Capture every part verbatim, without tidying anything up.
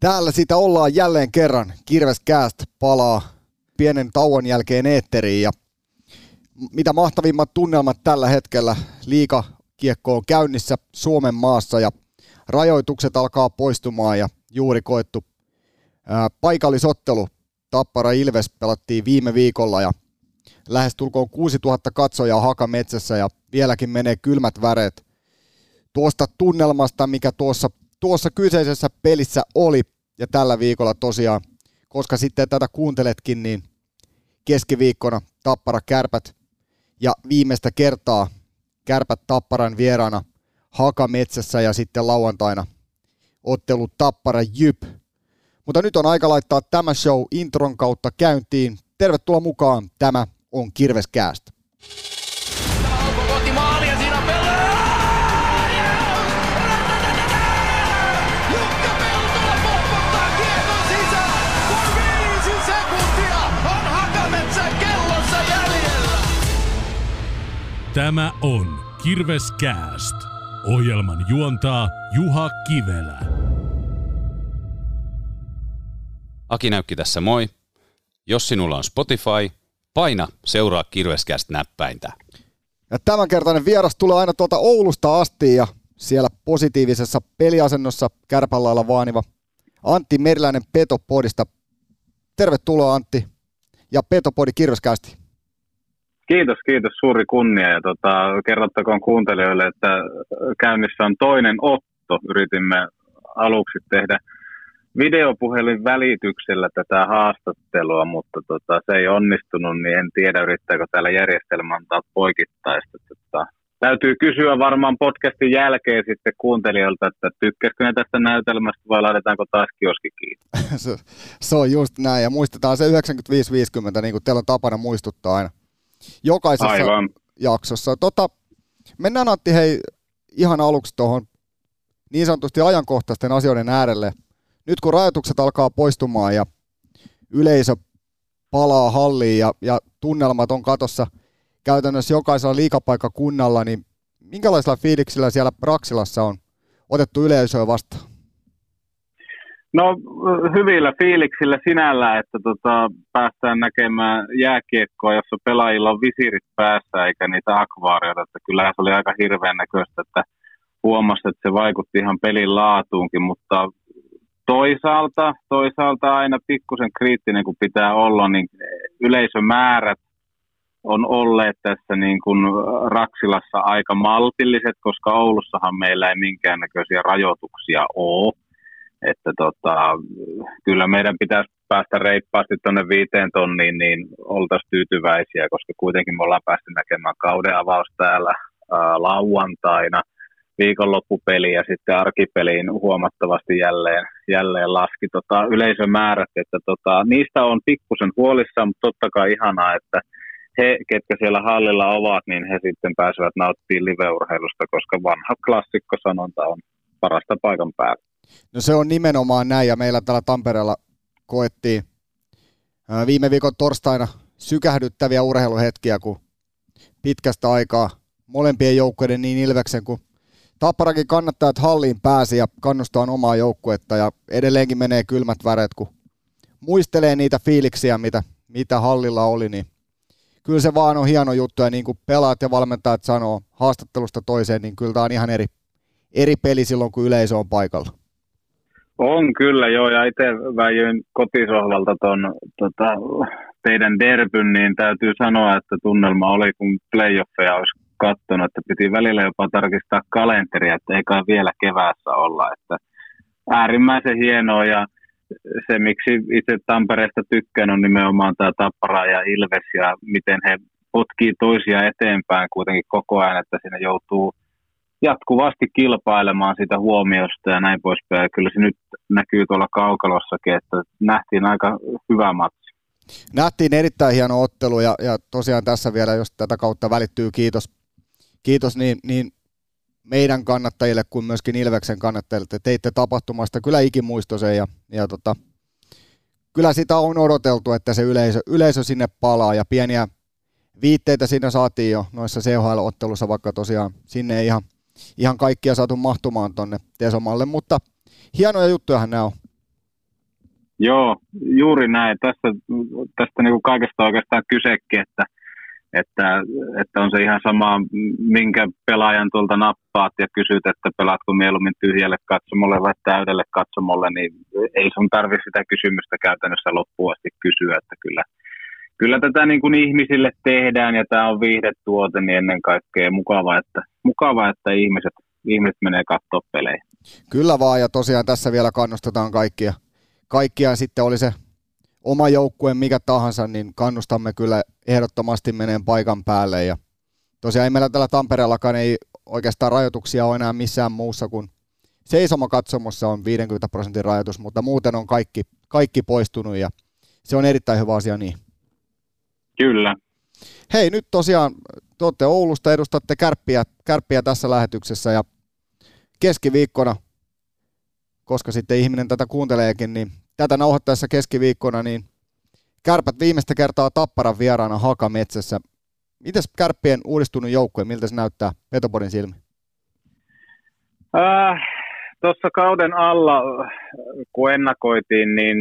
Täällä sitä ollaan jälleen kerran. Kirveskääst palaa pienen tauon jälkeen eetteriin ja mitä mahtavimmat tunnelmat tällä hetkellä. Liigakiekko on käynnissä Suomen maassa ja rajoitukset alkaa poistumaan ja juuri koettu ää, paikallisottelu Tappara Ilves pelattiin viime viikolla ja lähestulkoon kuusituhatta katsojaa Hakametsässä ja vieläkin menee kylmät väreet tuosta tunnelmasta, mikä tuossa, tuossa kyseisessä pelissä oli. Ja tällä viikolla tosiaan, koska sitten tätä kuunteletkin, niin keskiviikkona Tappara Kärpät ja viimeistä kertaa Kärpät Tapparan vieraana Hakametsässä ja sitten lauantaina ottelu Tappara Jyp. Mutta nyt on aika laittaa tämä show intron kautta käyntiin. Tervetuloa mukaan, tämä on Kirveskääst. Tämä on Kirveskääst. Ohjelman juontaa Juha Kivelä. Aki Näykki tässä, moi. Jos sinulla on Spotify, paina seuraa Kirveskääst-näppäintä. Ja tämänkertainen vieras tulee aina tuolta Oulusta asti ja siellä positiivisessa peliasennossa kärpänlailla vaaniva Antti Meriläinen Petopodista. Tervetuloa Antti ja Petopodi Kirveskäästi. Kiitos, kiitos. Suuri kunnia. Ja tota, kerrottakoon kuuntelijoille, että käynnissä on toinen otto. Yritimme aluksi tehdä videopuhelin välityksellä tätä haastattelua, mutta tota, se ei onnistunut, niin en tiedä, yrittääkö täällä järjestelmä antaa poikittaista. Tota, täytyy kysyä varmaan podcastin jälkeen sitten kuuntelijoilta, että tykkäskö ne tästä näytelmästä vai laitetaanko taas kioski kiinni. se, se on just näin ja muistetaan se yhdeksänkymmentäviisi viisikymmentä, niin kuin teillä on tapana muistuttaa aina. Jokaisessa Aivan. jaksossa. Tota, mennään Antti hei ihan aluksi tuohon niin sanotusti ajankohtaisten asioiden äärelle. Nyt kun rajoitukset alkaa poistumaan ja yleisö palaa halliin ja, ja tunnelmat on katossa käytännössä jokaisella liigapaikkakunnalla, niin minkälaisilla fiiliksillä siellä Raksilassa on otettu yleisöä vastaan? No hyvillä fiiliksillä sinällään, että tota, päästään näkemään jääkiekkoa, jossa pelaajilla on visirit päässä eikä niitä akvaarioita. Että kyllähän se oli aika hirveän näköistä, että huomasi, että se vaikutti ihan pelin laatuunkin, mutta toisaalta, toisaalta aina pikkusen kriittinen kun pitää olla, niin yleisömäärät on olleet tässä niin kuin Raksilassa aika maltilliset, koska Oulussahan meillä ei minkäännäköisiä rajoituksia ole. Että tota, kyllä meidän pitäisi päästä reippaasti tuonne viiteen tonniin, niin oltaisiin tyytyväisiä, koska kuitenkin me ollaan päästy näkemään kauden avaus täällä ää, lauantaina, viikonloppupeli ja sitten arkipeliin huomattavasti jälleen, jälleen laski tota, yleisömäärät, että tota, niistä on pikkusen huolissaan, mutta totta kai ihanaa, että he, ketkä siellä hallilla ovat, niin he sitten pääsevät nauttimaan live-urheilusta, koska vanha klassikkosanonta on parasta paikan päällä. No se on nimenomaan näin ja meillä täällä Tampereella koettiin viime viikon torstaina sykähdyttäviä urheiluhetkiä, kun pitkästä aikaa molempien joukkueiden niin Ilveksen kuin Tapparakin kannattajat halliin pääsi ja kannustaa omaa joukkuetta ja edelleenkin menee kylmät väreet, kun muistelee niitä fiiliksiä, mitä, mitä hallilla oli, niin kyllä se vaan on hieno juttu ja niin kuin pelaat ja valmentajat sanoo haastattelusta toiseen, niin kyllä tämä on ihan eri, eri peli silloin, kun yleisö on paikalla. On kyllä joo, ja itse väijyin kotisohvalta ton tota, teidän derbyn, niin täytyy sanoa, että tunnelma oli, kun playoffeja olisi katsonut, että piti välillä jopa tarkistaa kalenteria, että ei kai vielä keväässä olla, että äärimmäisen hienoa, ja se miksi itse Tampereesta tykkään on nimenomaan tämä Tappara ja Ilves, ja miten he potkii toisia eteenpäin kuitenkin koko ajan, että siinä joutuu jatkuvasti kilpailemaan sitä huomiosta ja näin poispäin. Kyllä se nyt näkyy tuolla kaukalossakin, että nähtiin aika hyvä matsi. Nähtiin erittäin hieno ottelu ja, ja tosiaan tässä vielä, jos tätä kautta välittyy kiitos, kiitos niin, niin meidän kannattajille kuin myöskin Ilveksen kannattajille, että teitte tapahtumasta kyllä ikimuistoisen ja, ja tota, kyllä sitä on odoteltu, että se yleisö, yleisö sinne palaa ja pieniä viitteitä siinä saatiin jo noissa C H L-ottelussa, vaikka tosiaan sinne ei ihan Ihan kaikkia saatu mahtumaan tonne Tesomalle, mutta hienoja juttujahan nämä on. Joo, juuri näin. Tässä, tästä niin kuin kaikesta oikeastaan kysekin, että, että, että on se ihan sama, minkä pelaajan tuolta nappaat ja kysyt, että pelaatko mieluummin tyhjälle katsomolle vai täydelle katsomolle, niin ei sun tarvitse sitä kysymystä käytännössä loppuun asti kysyä, että kyllä, kyllä tätä niin kuin ihmisille tehdään ja tämä on viihdetuote, niin ennen kaikkea mukava, että, mukava, että ihmiset, ihmiset menee katsoa pelejä. Kyllä vaan, ja tosiaan tässä vielä kannustetaan kaikkia. Kaikkia sitten oli se oma joukkue mikä tahansa, niin kannustamme kyllä ehdottomasti meneen paikan päälle. Ja tosiaan ei meillä tällä Tampereellakaan ei oikeastaan rajoituksia ole enää missään muussa kuin seisomakatsomossa on viidenkymmenen prosentin rajoitus, mutta muuten on kaikki, kaikki poistunut ja se on erittäin hyvä asia niin. Kyllä. Hei, nyt tosiaan te olette Oulusta, edustatte kärppiä, kärppiä tässä lähetyksessä ja keskiviikkona, koska sitten ihminen tätä kuunteleekin, niin tätä nauhoittaessa keskiviikkona, niin Kärpät viimeistä kertaa Tapparan vieraana Hakametsässä. Mites Kärppien uudistunut joukkue, miltä se näyttää Petopodin silmin? Äh, Tuossa kauden alla, kun ennakoitiin, niin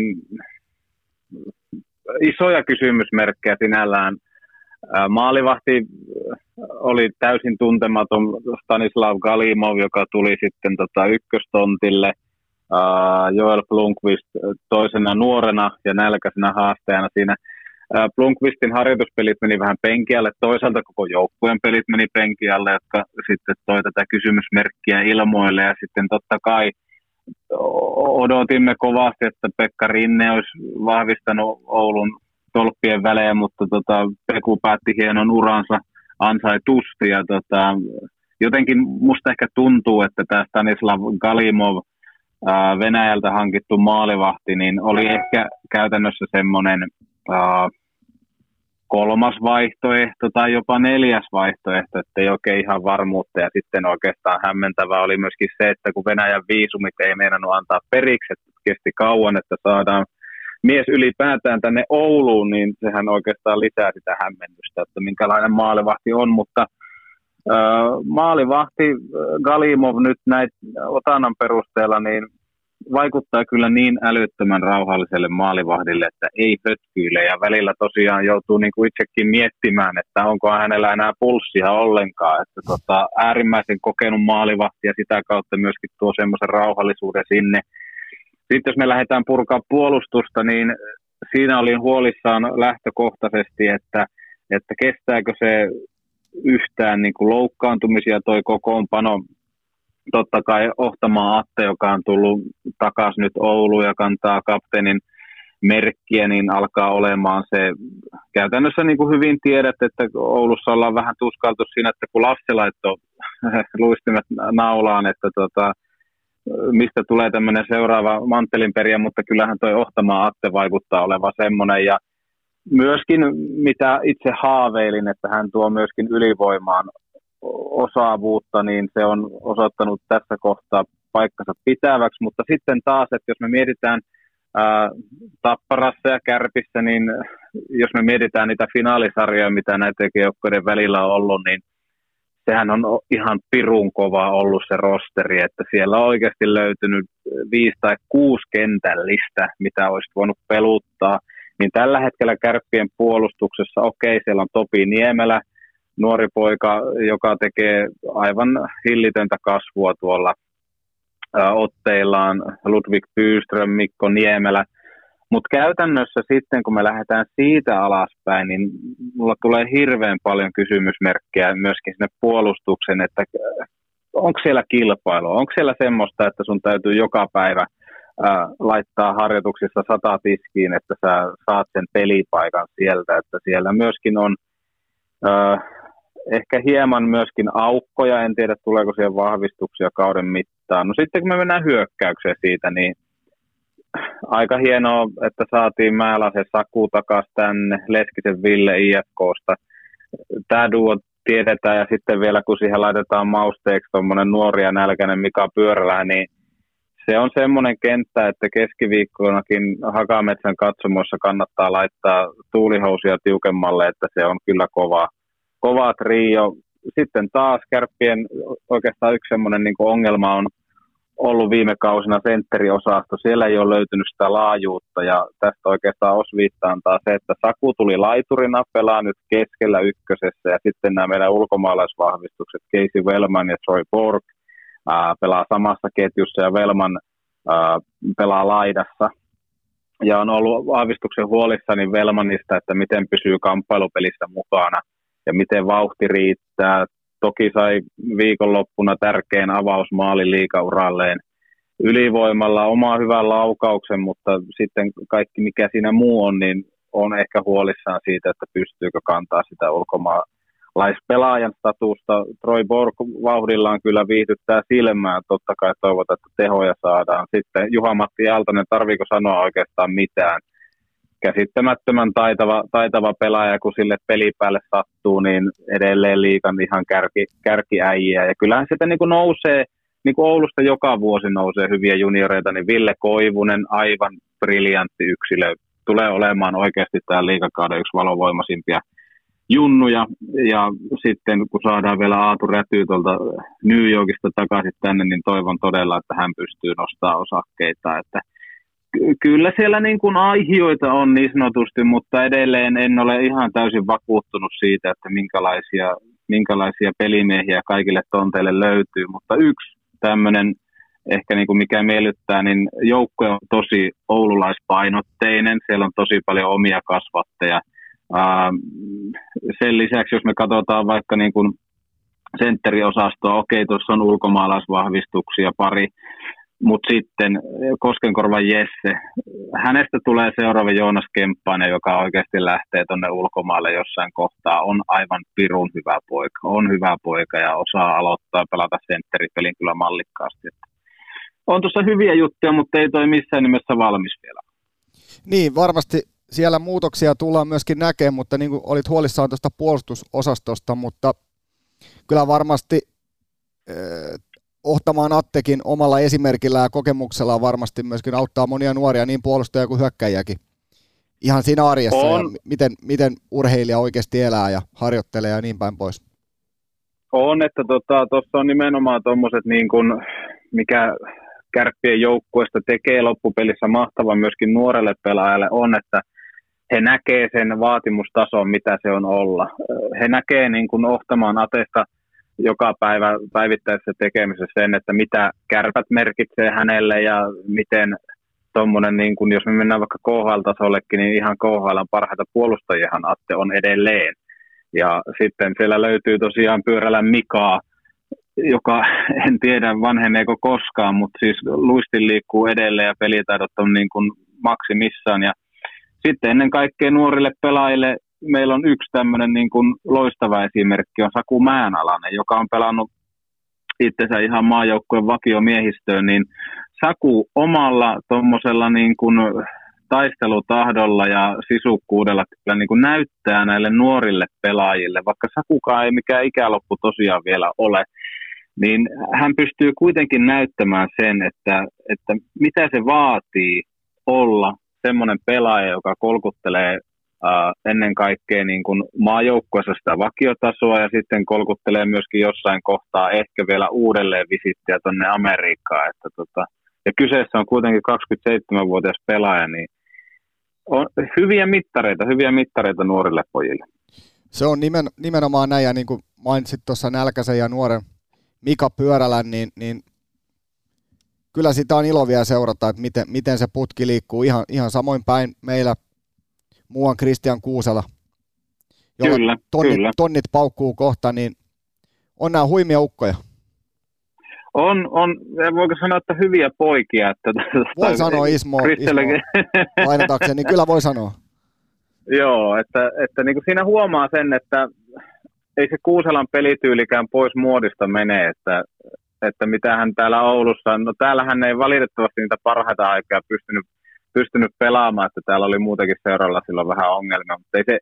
isoja kysymysmerkkejä sinällään. Äh, maalivahti oli täysin tuntematon Stanislav Galimov, joka tuli sitten tota ykköstontille. Uh, Joel Blomqvist toisena nuorena ja nälkäisenä haastajana siinä. Uh, Blomqvistin harjoituspelit meni vähän penkialle, toisaalta koko joukkueen pelit meni penkialle, jotka sitten toi tätä kysymysmerkkiä ilmoille ja sitten totta kai odotimme kovasti, että Pekka Rinne olisi vahvistanut Oulun tolppien välejä, mutta tota, Peku päätti hienon uransa ansaitusti ja tota, jotenkin musta ehkä tuntuu, että tämä Stanislav Galimov Venäjältä hankittu maalivahti, niin oli ehkä käytännössä semmoinen uh, kolmas vaihtoehto tai jopa neljäs vaihtoehto, että ei oikein ihan varmuutta. Ja sitten oikeastaan hämmentävää oli myöskin se, että kun Venäjän viisumit ei meinannut antaa periksi, että kesti kauan, että saadaan mies ylipäätään tänne Ouluun, niin sehän oikeastaan lisää sitä hämmennystä, että minkälainen maalivahti on, mutta Uh, maalivahti Galimov nyt näitä otannan perusteella niin vaikuttaa kyllä niin älyttömän rauhalliselle maalivahdille, että ei hötkyile ja välillä tosiaan joutuu niin kuin itsekin miettimään, että onko hänellä enää pulssia ollenkaan, että tota, äärimmäisen kokenut maalivahti ja sitä kautta myöskin tuo semmoisen rauhallisuuden sinne. Sitten jos me lähdetään purkaa puolustusta, niin siinä olin huolissaan lähtökohtaisesti, että, että kestääkö se yhtään niin kuin loukkaantumisia toi kokoonpano. Totta kai Ohtamaa Atte, joka on tullut takaisin nyt Ouluun ja kantaa kapteenin merkkiä, niin alkaa olemaan se. Käytännössä niin kuin hyvin tiedät, että Oulussa ollaan vähän tuskaltu siinä, että kun Lassi laittoi luistimet naulaan, että tota, mistä tulee tämmöinen seuraava mantelinperiä, mutta kyllähän toi Ohtamaa Atte vaikuttaa olevan semmoinen ja myöskin, mitä itse haaveilin, että hän tuo myöskin ylivoimaan osaavuutta, niin se on osoittanut tässä kohtaa paikkansa pitäväksi, mutta sitten taas, että jos me mietitään ää, Tapparassa ja Kärpissä, niin jos me mietitään niitä finaalisarjoja, mitä näiden joukkojen välillä on ollut, niin sehän on ihan pirun kova ollut se rosteri, että siellä on oikeasti löytynyt viisi tai kuusi kentällistä, mitä olisi voinut peluttaa. Niin tällä hetkellä Kärppien puolustuksessa, okei, siellä on Topi Niemelä, nuori poika, joka tekee aivan hillitöntä kasvua tuolla ää, otteillaan, Ludvig Byström, Mikko Niemelä. Mutta käytännössä sitten, kun me lähdetään siitä alaspäin, niin mulla tulee hirveän paljon kysymysmerkkejä myöskin sinne puolustuksen, että onko siellä kilpailua, onko siellä semmoista, että sun täytyy joka päivä Äh, laittaa harjoituksissa sata tiskiin, että sä saat sen pelipaikan sieltä, että siellä myöskin on äh, ehkä hieman myöskin aukkoja, en tiedä tuleeko siellä vahvistuksia kauden mittaan. No sitten kun me mennään hyökkäykseen siitä, niin aika hienoa, että saatiin Määläsen Saku takaisin tänne, Leskisen Ville I F K:sta. Tämä duo tiedetään ja sitten vielä kun siihen laitetaan mausteeksi tuommoinen nuori ja nälkäinen Mika Pyörälä, niin se on semmoinen kenttä, että keskiviikkonakin Hakametsän katsomossa kannattaa laittaa tuulihousia tiukemmalle, että se on kyllä kova, kova trio. Sitten taas Kärppien oikeastaan yksi semmoinen niin kuin ongelma on, ollut viime kausina sentteriosasto. Siellä ei ole löytynyt sitä laajuutta ja tästä oikeastaan osviittaa antaa se, että Saku tuli laiturina, pelaa nyt keskellä ykkösessä ja sitten nämä meidän ulkomaalaisvahvistukset, Casey Wellman ja Troy Bork ää, pelaa samassa ketjussa ja Wellman ää, pelaa laidassa. Ja on ollut vahvistuksen huolissani Wellmanista, että miten pysyy kamppailupelissä mukana ja miten vauhti riittää. Toki sai viikonloppuna tärkeän avausmaalin liigauralleen ylivoimalla omaa hyvän laukauksen, mutta sitten kaikki mikä siinä muu on, niin on ehkä huolissaan siitä, että pystyykö kantaa sitä ulkomaalaispelaajan statusta. Troy Bork vauhdillaan kyllä viihdyttää silmään, totta kai toivotaan, että tehoja saadaan. Sitten Juha-Matti Aaltonen, tarviiko sanoa oikeastaan mitään? Käsittämättömän taitava, taitava pelaaja, kun sille pelipäälle sattuu, niin edelleen liigan ihan kärki, kärkiäjiä. Ja kyllähän sitä niin kuin nousee, niin kuin Oulusta joka vuosi nousee hyviä junioreita, niin Ville Koivunen, aivan briljantti yksilö, tulee olemaan oikeasti tämä liigakauden yksi valovoimaisimpia junnuja. Ja sitten kun saadaan vielä Aatu Räty tuolta New Yorkista takaisin tänne, niin toivon todella, että hän pystyy nostamaan osakkeita, että kyllä siellä niin kuin aihioita on niin sanotusti, mutta edelleen en ole ihan täysin vakuuttunut siitä, että minkälaisia, minkälaisia pelimiehiä kaikille tonteille löytyy. Mutta yksi tämmöinen, ehkä niin kuin mikä miellyttää, niin joukkue on tosi oululaispainotteinen. Siellä on tosi paljon omia kasvatteja. Sen lisäksi, jos me katsotaan vaikka niin kuin sentteriosastoa, okei, tuossa on ulkomaalaisvahvistuksia pari. Mutta sitten Koskenkorvan Jesse, hänestä tulee seuraava Joonas Kemppainen, joka oikeasti lähtee tuonne ulkomaalle jossain kohtaa. On aivan pirun hyvä poika, on hyvä poika ja osaa aloittaa pelata sentteripelin kyllä mallikkaasti. On tuossa hyviä juttuja, mutta ei toi missään nimessä valmis vielä. Niin, varmasti siellä muutoksia tullaan myöskin näkemään, mutta niin kuin olit huolissaan tuosta puolustusosastosta, mutta kyllä varmasti Äh, Ohtamaan Attekin omalla esimerkillä ja kokemuksellaan varmasti myöskin auttaa monia nuoria, niin puolustajia kuin hyökkäjiäkin, ihan siinä arjessa, ja miten, miten urheilija oikeasti elää ja harjoittelee ja niin päin pois. On, että tuossa tota, on nimenomaan tuommoiset, niin kuin, mikä Kärppien joukkueesta tekee loppupelissä mahtavan myöskin nuorelle pelaajalle, on, että he näkee sen vaatimustason, mitä se on olla. He näkee niin kuin Ohtamaan Atesta joka päivä päivittäisessä tekemisessä sen, että mitä Kärpät merkitsee hänelle ja miten tuommoinen, niin kun jos me mennään vaikka K H L-tasollekin, niin ihan K H L:n parhaita puolustajiahan Atte on edelleen. Ja sitten siellä löytyy tosiaan Pyörälän Mikaa, joka en tiedä vanheneeko koskaan, mutta siis luistin liikkuu edelleen ja pelitaidot on niin kuin maksimissaan. Ja sitten ennen kaikkea nuorille pelaajille meillä on yksi tämmöinen niin kuin loistava esimerkki, on Saku Määnalainen, joka on pelannut itsensä ihan maajoukkueen vakiomiehistöön, niin Saku omalla tuommoisella niin kuin taistelutahdolla ja sisukkuudella kyllä niin kuin näyttää näille nuorille pelaajille, vaikka Sakukaan ei mikään ikäloppu tosiaan vielä ole, niin hän pystyy kuitenkin näyttämään sen, että, että mitä se vaatii olla semmoinen pelaaja, joka kolkuttelee Uh, ennen kaikkea niin kuin maajoukkueessa sitä vakiotasoa ja sitten kolkuttelee myöskin jossain kohtaa ehkä vielä uudelleen visittiä tuonne Amerikkaan. Että tota, ja kyseessä on kuitenkin kaksikymmentäseitsemänvuotias pelaaja, niin on hyviä mittareita, hyviä mittareita nuorille pojille. Se on nimen, nimenomaan näin, ja niin kuin mainitsit tuossa Nälkäsen ja nuoren Mika Pyörälän, niin, niin kyllä sitä on ilo vielä seurata, että miten, miten se putki liikkuu ihan, ihan samoin päin meillä. Muuan Kristian Kuusela, jolla kyllä, tonnit, kyllä. tonnit paukkuu kohta, niin on nämä huimia ukkoja. On, on, voiko sanoa, että hyviä poikia. Että, voi tai, sanoa Ismo, Ismo lainatakseni, niin kyllä voi sanoa. Joo, että, että niin kuin siinä huomaa sen, että ei se Kuuselan pelityylikään pois muodista mene, että, että mitä hän täällä Oulussa, no täällähän ei valitettavasti niitä parhaita aikaa pystynyt pystynyt pelaamaan, että täällä oli muutenkin seuralla silloin vähän ongelmia, mutta ei se,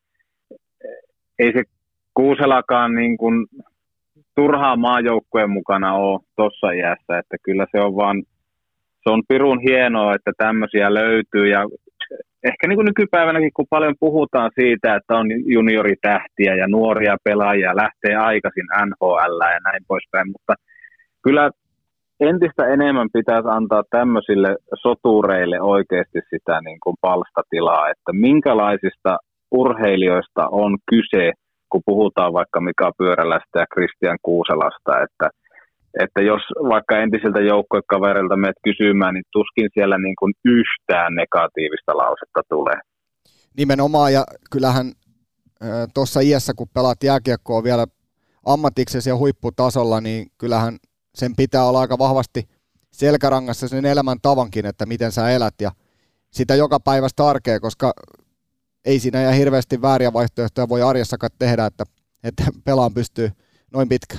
ei se Kuuselakaan niin kuin turhaa maajoukkueen mukana ole tuossa iässä, että kyllä se on vaan, se on pirun hienoa, että tämmöisiä löytyy ja ehkä niin kuin nykypäivänäkin, kun paljon puhutaan siitä, että on junioritähtiä ja nuoria pelaajia, lähtee aikaisin N H L ja näin poispäin, mutta kyllä entistä enemmän pitäisi antaa tämmöisille sotureille oikeasti sitä niin kuin palstatilaa, että minkälaisista urheilijoista on kyse, kun puhutaan vaikka Mika Pyörälästä ja Kristian Kuuselasta, että, että jos vaikka entisiltä joukkuekavereilta menet kysymään, niin tuskin siellä niin kuin yhtään negatiivista lausetta tulee. Nimenomaan, ja kyllähän tuossa iässä, kun pelaat jääkiekkoa vielä ammatiksesi ja huipputasolla, niin kyllähän sen pitää olla aika vahvasti selkärangassa sen elämäntavankin, että miten sä elät ja sitä joka päivästä arkea, koska ei siinä ihan hirveästi vääriä vaihtoehtoja voi arjessakaan tehdä, että, että pelaan pystyy noin pitkä.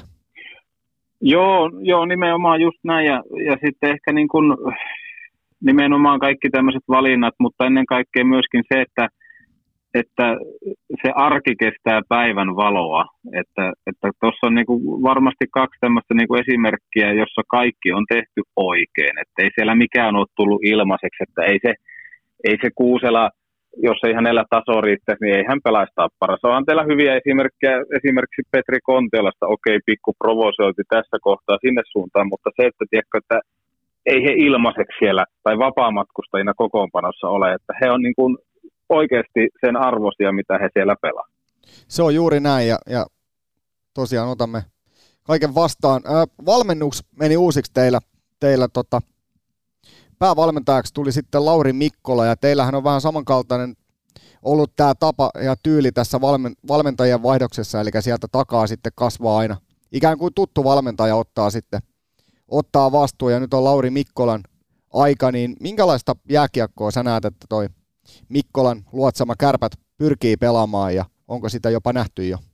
Joo, joo, nimenomaan just näin ja, ja sitten ehkä niin kuin, nimenomaan kaikki tämmöiset valinnat, mutta ennen kaikkea myöskin se, että että se arki kestää päivän valoa, että että tuossa on niinku varmasti kaksi tämmöistä niinku esimerkkiä, jossa kaikki on tehty oikein, että ei siellä mikään ole tullut ilmaiseksi, että ei se, ei se Kuusela, jos ei hänellä taso riittäisi, niin ei hän pelaisi Tapparassa. On teillä hyviä esimerkkejä, esimerkiksi Petri Kontiolasta, okei, pikku provosoiti tässä kohtaa sinne suuntaan, mutta se, että tiedätkö, että ei he ilmaiseksi siellä tai vapaamatkustajina kokoonpanossa ole, että he on niin kuin oikeasti sen arvoisia, mitä he siellä pelaa. Se on juuri näin, ja, ja tosiaan otamme kaiken vastaan. Ää, valmennus meni uusiksi teillä. teillä tota, päävalmentajaksi tuli sitten Lauri Mikkola, ja teillähän on vähän samankaltainen ollut tämä tapa ja tyyli tässä valmen, valmentajien vaihdoksessa, eli sieltä takaa sitten kasvaa aina. Ikään kuin tuttu valmentaja ottaa sitten ottaa vastuun, ja nyt on Lauri Mikkolan aika, niin minkälaista jääkiekkoa sä näet, että toi Mikkolan luotsama Kärpät pyrkii pelaamaan, ja onko sitä jopa nähty jo?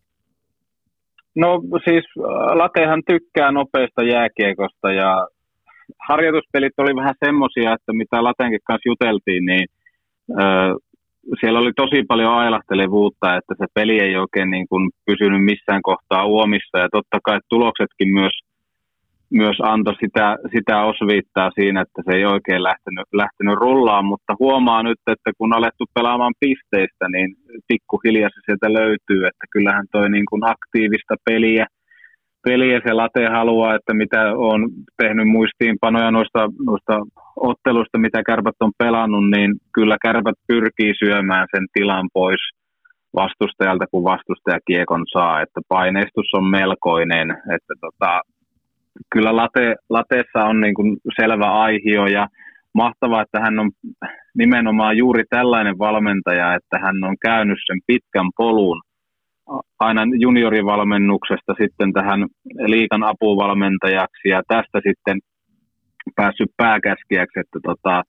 No siis Latehan tykkää nopeasta jääkiekosta, ja harjoituspelit oli vähän semmoisia, että mitä Latenkin kanssa juteltiin, niin ö, siellä oli tosi paljon ailahtelevuutta, että se peli ei oikein niin kuin pysynyt missään kohtaa uomissa, ja totta kai tuloksetkin myös myös antoi sitä, sitä osviittaa siinä, että se ei oikein lähtenyt, lähtenyt rullaan, mutta huomaa nyt, että kun on alettu pelaamaan pisteistä, niin pikkuhiljaa se sieltä löytyy, että kyllähän toi niin kuin aktiivista peliä, peliä se Late haluaa, että mitä on tehnyt muistiinpanoja noista, noista otteluista, mitä Kärpät on pelannut, niin kyllä Kärpät pyrkii syömään sen tilan pois vastustajalta, kun vastustaja kiekon saa, että paineistus on melkoinen, että tota, kyllä Late, Lateessa on niin kuin selvä aihio ja mahtavaa, että hän on nimenomaan juuri tällainen valmentaja, että hän on käynyt sen pitkän polun aina juniorivalmennuksesta sitten tähän liigan apuvalmentajaksi ja tästä sitten päässyt pääkäskijäksi, että tota,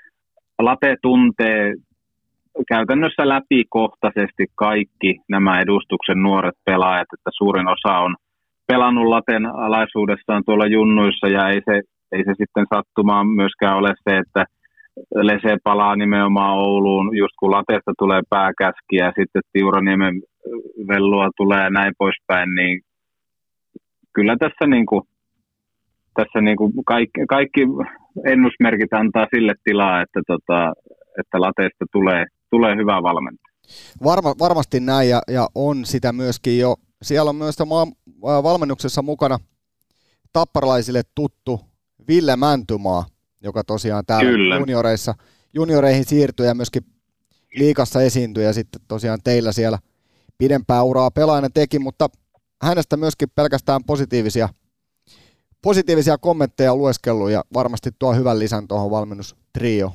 Late tuntee käytännössä läpikohtaisesti kaikki nämä edustuksen nuoret pelaajat, että suurin osa on pelannut Laten alaisuudessaan tuolla junnuissa ja ei se, ei se sitten sattumaan myöskään ole se, että Lese palaa nimenomaan Ouluun just kun Latesta tulee pääkäskiä ja sitten Tiuraniemen vellua tulee ja näin poispäin, niin kyllä tässä, niin kuin, tässä niin kuin kaikki, kaikki ennusmerkit antaa sille tilaa, että, tota, että Latesta tulee, tulee hyvä valmentaja. Varma, varmasti näin ja, ja on sitä myöskin jo. Siellä on myös valmennuksessa mukana tapparalaisille tuttu Ville Mäntymaa, joka tosiaan täällä Kyllä. junioreissa, junioreihin siirtyi ja myöskin liigassa esiintyi ja sitten tosiaan teillä siellä pidempää uraa pelaajana teki, mutta hänestä myöskin pelkästään positiivisia, positiivisia kommentteja lueskellut ja varmasti tuo hyvän lisän tuohon valmennustrioon.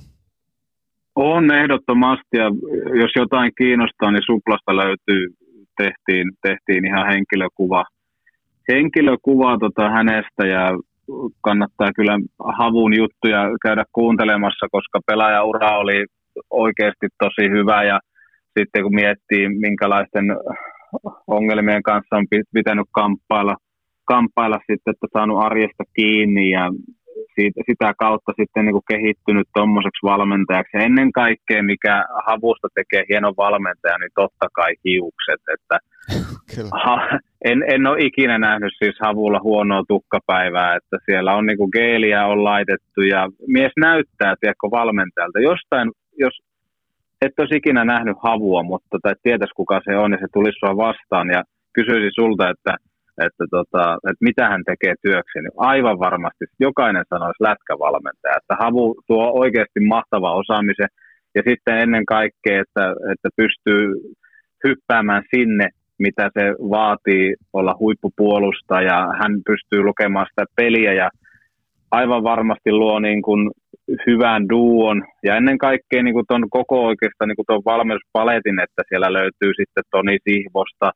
On ehdottomasti ja jos jotain kiinnostaa, niin Suplasta löytyy. Tehtiin, tehtiin ihan henkilökuva, henkilökuva tota hänestä ja kannattaa kyllä Havun juttuja käydä kuuntelemassa, koska pelaajaura oli oikeasti tosi hyvä ja sitten kun miettii minkälaisten ongelmien kanssa on pitänyt kamppailla, kamppailla sitten, että saanut arjesta kiinni ja siitä, sitä kautta sitten niin kuin kehittynyt tommoseksi valmentajaksi. Ja ennen kaikkea, mikä Havusta tekee hienon valmentajan, niin totta kai hiukset. Että ha, en, en ole ikinä nähnyt siis Havulla huonoa tukkapäivää, että siellä on niin kuin geeliä on laitettu ja mies näyttää, tiedätkö, valmentajalta. Jostain, jos et olisi ikinä nähnyt Havua, mutta tai tietäisi kuka se on, niin se tulisi sua vastaan ja kysyisi sulta, että että, tota, että mitä hän tekee työkseen, niin aivan varmasti jokainen sanoisi lätkävalmentaja, että Havu tuo oikeasti mahtava osaamisen ja sitten ennen kaikkea, että, että pystyy hyppäämään sinne, mitä se vaatii olla huippupuolustaja, hän pystyy lukemaan sitä peliä ja aivan varmasti luo niin kuin hyvän duon ja ennen kaikkea niin kuin ton koko oikeastaan niin kuin ton valmennuspaletin, että siellä löytyy sitten Toni Sihvosta.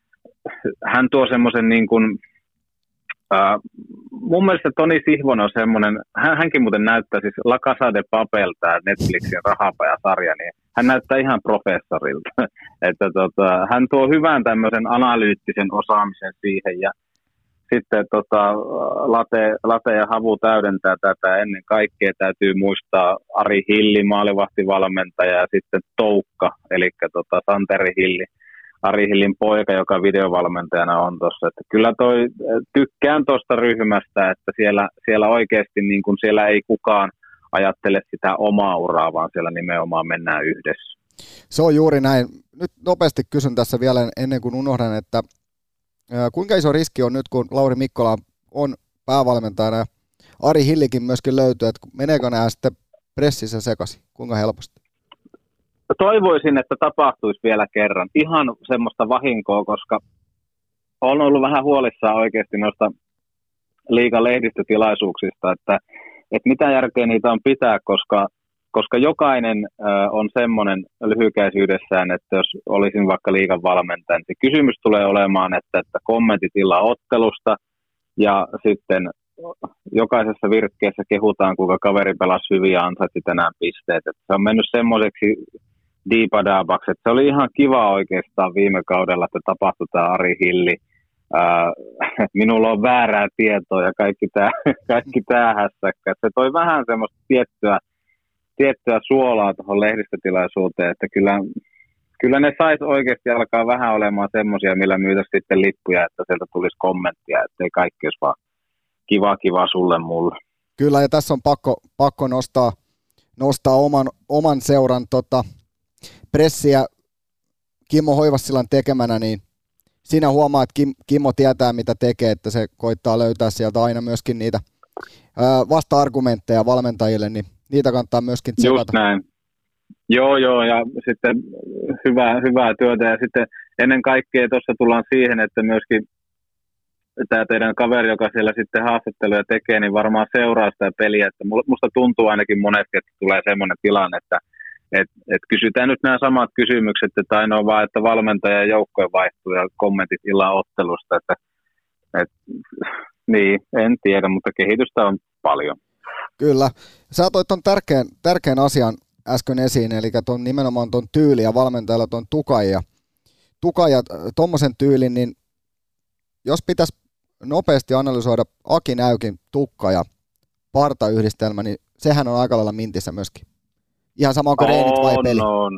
Hän tuo semmoisen niin kuin, äh, mun mielestä Toni Sihvonen on semmoinen, hän, hänkin muuten näyttää siis La Casa de Papel, tämä Netflixin rahapajasarja, niin hän näyttää ihan professorilta. että tota, hän tuo hyvän tämmöisen analyyttisen osaamisen siihen ja sitten tota, Late, Late ja Havu täydentää tätä. Ennen kaikkea täytyy muistaa Ari Hilli, maalivahtivalmentaja, ja sitten Toukka, eli tota, Santeri Hilli, Ari Hillin poika, joka videovalmentajana on tuossa. Kyllä toi, tykkään tuosta ryhmästä, että siellä, siellä oikeasti niin kun siellä ei kukaan ajattele sitä omaa uraa, vaan siellä nimenomaan mennään yhdessä. Se on juuri näin. Nyt nopeasti kysyn tässä vielä ennen kuin unohdan, että kuinka iso riski on nyt, kun Lauri Mikkola on päävalmentajana ja Ari Hillikin myöskin löytyy, että meneekö nämä sitten pressissä sekaisin? Kuinka helposti? Toivoisin, että tapahtuisi vielä kerran. Ihan semmoista vahinkoa, koska olen ollut vähän huolissaan oikeasti noista liigan lehdistötilaisuuksista, että, että mitä järkeä niitä on pitää, koska koska jokainen äh, on semmoinen lyhykäisyydessään, että jos olisin vaikka liigan valmentaja, niin se kysymys tulee olemaan, että, että kommentit illan ottelusta ja sitten jokaisessa virkkeessä kehutaan, kuinka kaveri pelasi hyvin ja ansaitti tänään pisteet. Että se on mennyt semmoiseksi diipadabaksi, että se oli ihan kiva oikeastaan viime kaudella, että tapahtui tämä Ari Hilli. Äh, minulla on väärää tietoa ja kaikki tämä kaikki tämä hässäkkä. Se toi vähän semmoista tiettyä tiettyä suolaa tuohon lehdistötilaisuuteen, että kyllä, kyllä ne sais oikeasti alkaa vähän olemaan semmoisia, millä myytäisiin sitten lippuja, että sieltä tulisi kommenttia, ettei kaikki olisi vaan kiva kiva sulle mulle. Kyllä, ja tässä on pakko, pakko nostaa, nostaa oman, oman seuran tota, pressiä Kimmo Hoivassilan tekemänä, niin siinä huomaa, että Kim, Kimmo tietää, mitä tekee, että se koittaa löytää sieltä aina myöskin niitä ää, vasta-argumentteja valmentajille, niin niitä kannattaa myöskin tsekata. Just näin. Joo, joo, ja sitten hyvää, hyvää työtä, ja sitten ennen kaikkea tuossa tullaan siihen, että myöskin tämä teidän kaveri, joka siellä sitten haastatteluja tekee, niin varmaan seuraa sitä peliä, että musta tuntuu ainakin monesti, että tulee semmoinen tilanne, että et, et kysytään nyt nämä samat kysymykset, että ainoa vaan, että valmentaja ja joukkojen vaihtuu ja kommentit illan ottelusta, että et, niin, en tiedä, mutta kehitystä on paljon. Kyllä. Sä toit ton tärkeän, tärkeän asian äsken esiin, eli ton, nimenomaan tuon tyyli ja valmentajalla tuon tukan ja, tukan ja tommosen tyylin, niin jos pitäisi nopeasti analysoida Aki Näykin tukka ja partayhdistelmä, niin sehän on aika lailla mintissä myöskin. Ihan sama onko reenit vai peli? On,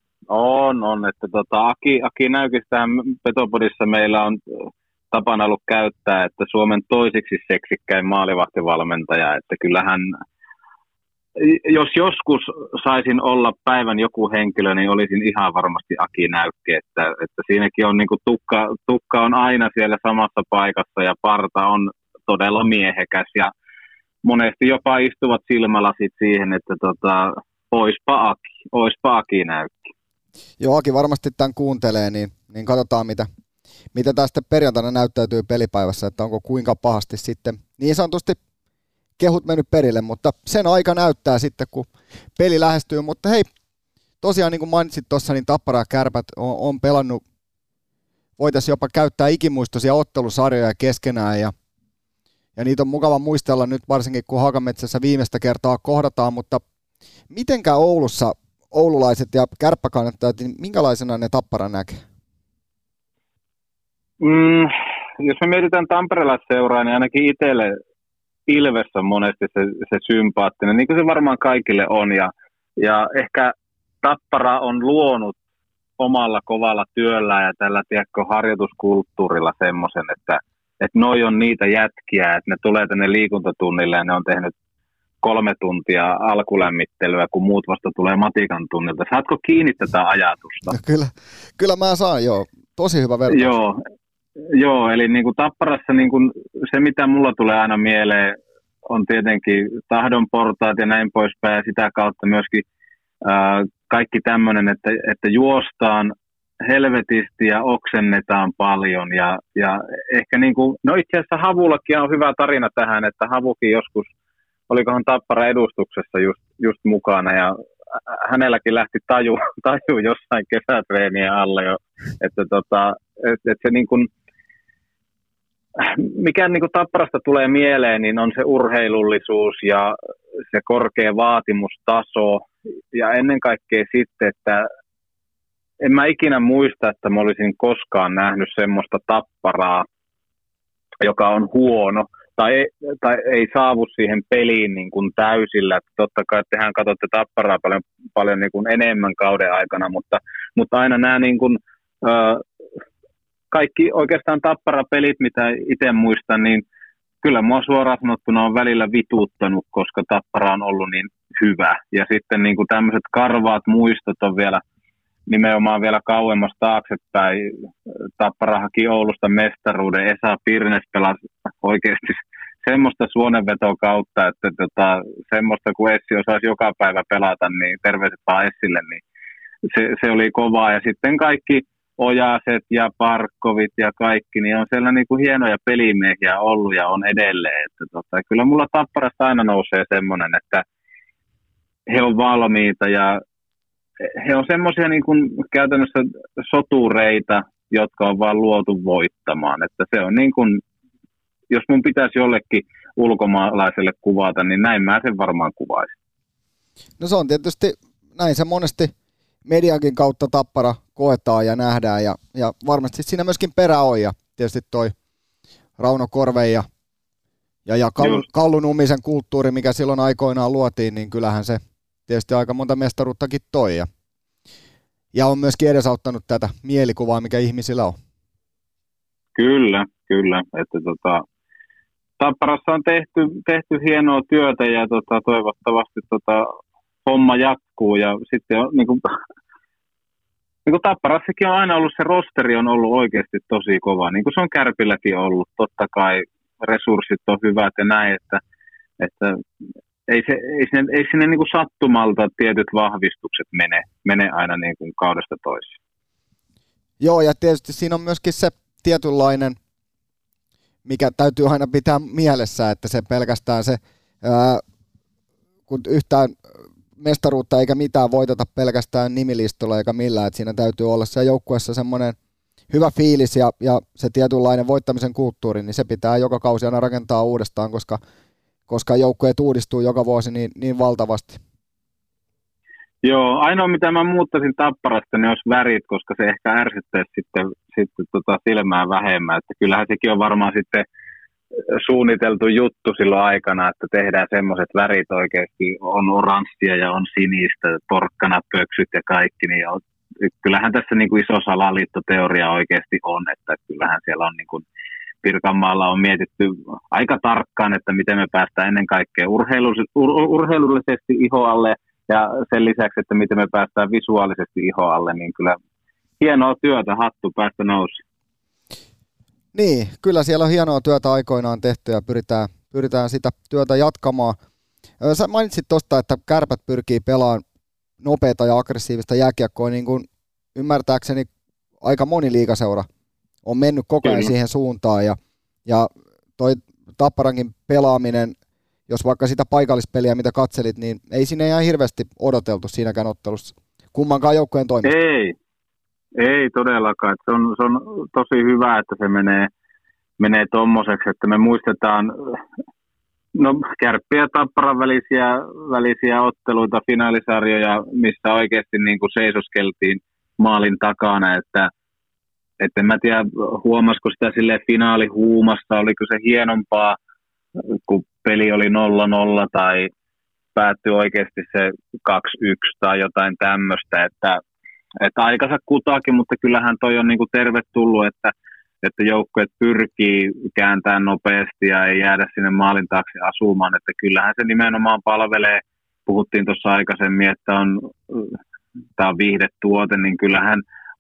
on, on, että tota, Aki, Aki Näykistähän Petopodissa meillä on tapana ollut käyttää, että Suomen toisiksi seksikkäin maalivahtivalmentaja, että kyllähän, jos joskus saisin olla päivän joku henkilö, niin olisin ihan varmasti Aki Näykki, että, että siinäkin on niin kuin tukka, tukka on aina siellä samassa paikassa ja parta on todella miehekäs ja monesti jopa istuvat silmälasit siihen, että tota, oispa Aki, oispa Aki Näykki. Joo, Aki varmasti tämän kuuntelee, niin, niin katsotaan mitä. Mitä tästä perjantaina näyttäytyy pelipäivässä, että onko kuinka pahasti sitten niin sanotusti kehut mennyt perille, mutta sen aika näyttää sitten, kun peli lähestyy. Mutta hei, tosiaan niin kuin mainitsit tuossa, niin Tappara ja Kärpät on, on pelannut, voitaisiin jopa käyttää ikimuistoisia ottelusarjoja keskenään, ja, ja niitä on mukava muistella nyt varsinkin, kun Hakametsässä viimeistä kertaa kohdataan, mutta mitenkä Oulussa oululaiset ja kärppäkannattajat, niin minkälaisena ne Tappara näkee? Mm, jos me mietitään tamperelais-seuraa, niin ainakin itselle Ilves on monesti se, se sympaattinen, niin kuin se varmaan kaikille on. Ja, ja ehkä Tappara on luonut omalla kovalla työllä ja tällä tiedätkö, harjoituskulttuurilla semmoisen, että, että noi on niitä jätkiä, että ne tulee tänne liikuntatunnille ja ne on tehnyt kolme tuntia alkulämmittelyä, kun muut vasta tulee matikan tunnilta. Saatko kiinni tätä ajatusta? No kyllä, kyllä mä saan, joo. Tosi hyvä vertaus. Joo, Joo, eli niin kuin Tapparassa niin kuin se, mitä mulla tulee aina mieleen, on tietenkin tahdon portaat ja näin poispäin, ja sitä kautta myöskin ää, kaikki tämmöinen, että, että juostaan helvetisti ja oksennetaan paljon. Ja, ja ehkä niin kuin, no itse asiassa Havullakin on hyvä tarina tähän, että Havukin joskus, olikohan Tappara edustuksessa just, just mukana, ja hänelläkin lähti taju, taju jossain kesätreenien alle jo, että tota, et, et se niin kuin, mikä niin kuin Tapparasta tulee mieleen, niin on se urheilullisuus ja se korkea vaatimustaso ja ennen kaikkea sitten, että en mä ikinä muista, että mä olisin koskaan nähnyt semmoista Tapparaa, joka on huono tai, tai ei saavu siihen peliin niin kuin täysillä. Että totta kai tehän katsotte Tapparaa paljon, paljon niin kuin enemmän kauden aikana, mutta, mutta aina nämä niin kuin, äh, kaikki oikeastaan Tappara-pelit, mitä itse muistan, niin kyllä mua suoraan sanottuna on välillä vituuttanut, koska Tappara on ollut niin hyvä. Ja sitten niin kuin tämmöiset karvaat muistot on vielä nimenomaan vielä kauemmas taaksepäin. Tappara haki Oulusta mestaruuden. Esa Pirnes pelasi oikeasti semmoista suonenvetoa kautta, että tota, semmoista kun Essi osaisi joka päivä pelata, niin terveiset vaan Essille, niin se, se oli kovaa. Ja sitten kaikki Ojaset ja Parkkovit ja kaikki, niin on siellä niin kuin hienoja pelimiehiä ollut ja on edelleen. Että tota, kyllä mulla Tapparasta aina nousee semmoinen, että he on valmiita ja he on semmoisia niin kuin käytännössä sotureita, jotka on vaan luotu voittamaan. Että se on niin kuin, jos mun pitäisi jollekin ulkomaalaiselle kuvata, niin näin mä sen varmaan kuvaisin. No se on tietysti, näin se monesti mediankin kautta Tappara koetaan ja nähdään, ja, ja varmasti siinä myöskin perä on, ja tietysti toi Rauno Korve ja, ja, ja Kallu, Kallu Nummisen kulttuuri, mikä silloin aikoinaan luotiin, niin kyllähän se tietysti aika monta mestaruuttakin toi, ja, ja on myöskin edesauttanut tätä mielikuvaa, mikä ihmisillä on. Kyllä, kyllä, että tota, Tapparassa on tehty, tehty hienoa työtä, ja tota, toivottavasti tota, homma jatkuu, ja sitten on niin kuin, niin kuin Tapparassakin on aina ollut, se rosteri on ollut oikeasti tosi kova, niin kuin se on Kärpilläkin ollut, totta kai resurssit on hyvät ja näin, että, että ei, se, ei sinne, ei sinne niin kuin sattumalta tietyt vahvistukset mene, mene aina niin kuin kaudesta toiseen. Joo, ja tietysti siinä on myöskin se tietynlainen, mikä täytyy aina pitää mielessä, että se pelkästään se, ää, kun yhtään mestaruutta eikä mitään voiteta pelkästään nimilistolla eikä millään, että siinä täytyy olla se joukkueessa semmoinen hyvä fiilis ja, ja se tietynlainen voittamisen kulttuuri, niin se pitää joka kausi aina rakentaa uudestaan, koska, koska joukkueet uudistuu joka vuosi niin, niin valtavasti. Joo, ainoa mitä mä muuttaisin Tapparasta, niin olisi värit, koska se ehkä ärsyttäisi sitten, sitten tota silmää vähemmän, että kyllähän sekin on varmaan sitten suunniteltu juttu silloin aikana, että tehdään semmoiset värit oikeasti, on oranssia ja on sinistä, porkkanapöksyt ja kaikki, niin on, kyllähän tässä niin kuin iso salaliittoteoria oikeasti on, että kyllähän siellä on niin kuin Pirkanmaalla on mietitty aika tarkkaan, että miten me päästään ennen kaikkea urheilullisesti ihoalle ja sen lisäksi, että miten me päästään visuaalisesti ihoalle, niin kyllä hienoa työtä, hattu päästä nousi. Niin, kyllä siellä on hienoa työtä aikoinaan tehty ja pyritään, pyritään sitä työtä jatkamaan. Sä mainitsit tuosta, että Kärpät pyrkii pelaamaan nopeata ja aggressiivista jääkiekkoa, niin kuin ymmärtääkseni aika moni liigaseura on mennyt koko ajan siihen suuntaan, ja, ja toi Tapparankin pelaaminen, jos vaikka sitä paikallispeliä, mitä katselit, niin ei sinne ihan hirveästi odoteltu siinäkään ottelussa kummankaan joukkueen toimesta. Ei. Ei todellakaan. Se on, se on tosi hyvä, että se menee, menee tommoseksi, että me muistetaan no, Kärppi ja Tapparan välisiä, välisiä otteluita, finaalisarjoja, missä oikeasti niin kuin seisoskeltiin maalin takana, että, että en mä tiedä, huomasiko sitä silleen finaalihuumassa, oliko se hienompaa, kun peli oli nolla nolla tai päättyi oikeasti se kaksi yksi tai jotain tämmöistä, että Että aikansa kutaakin, mutta kyllähän toi on niinku tervetullut, että, että joukkueet pyrkii kääntämään nopeasti ja ei jäädä sinne maalin taakse asumaan. Että kyllähän se nimenomaan palvelee, puhuttiin tuossa aikaisemmin, että on, tämä on viihdetuote, niin kyllähän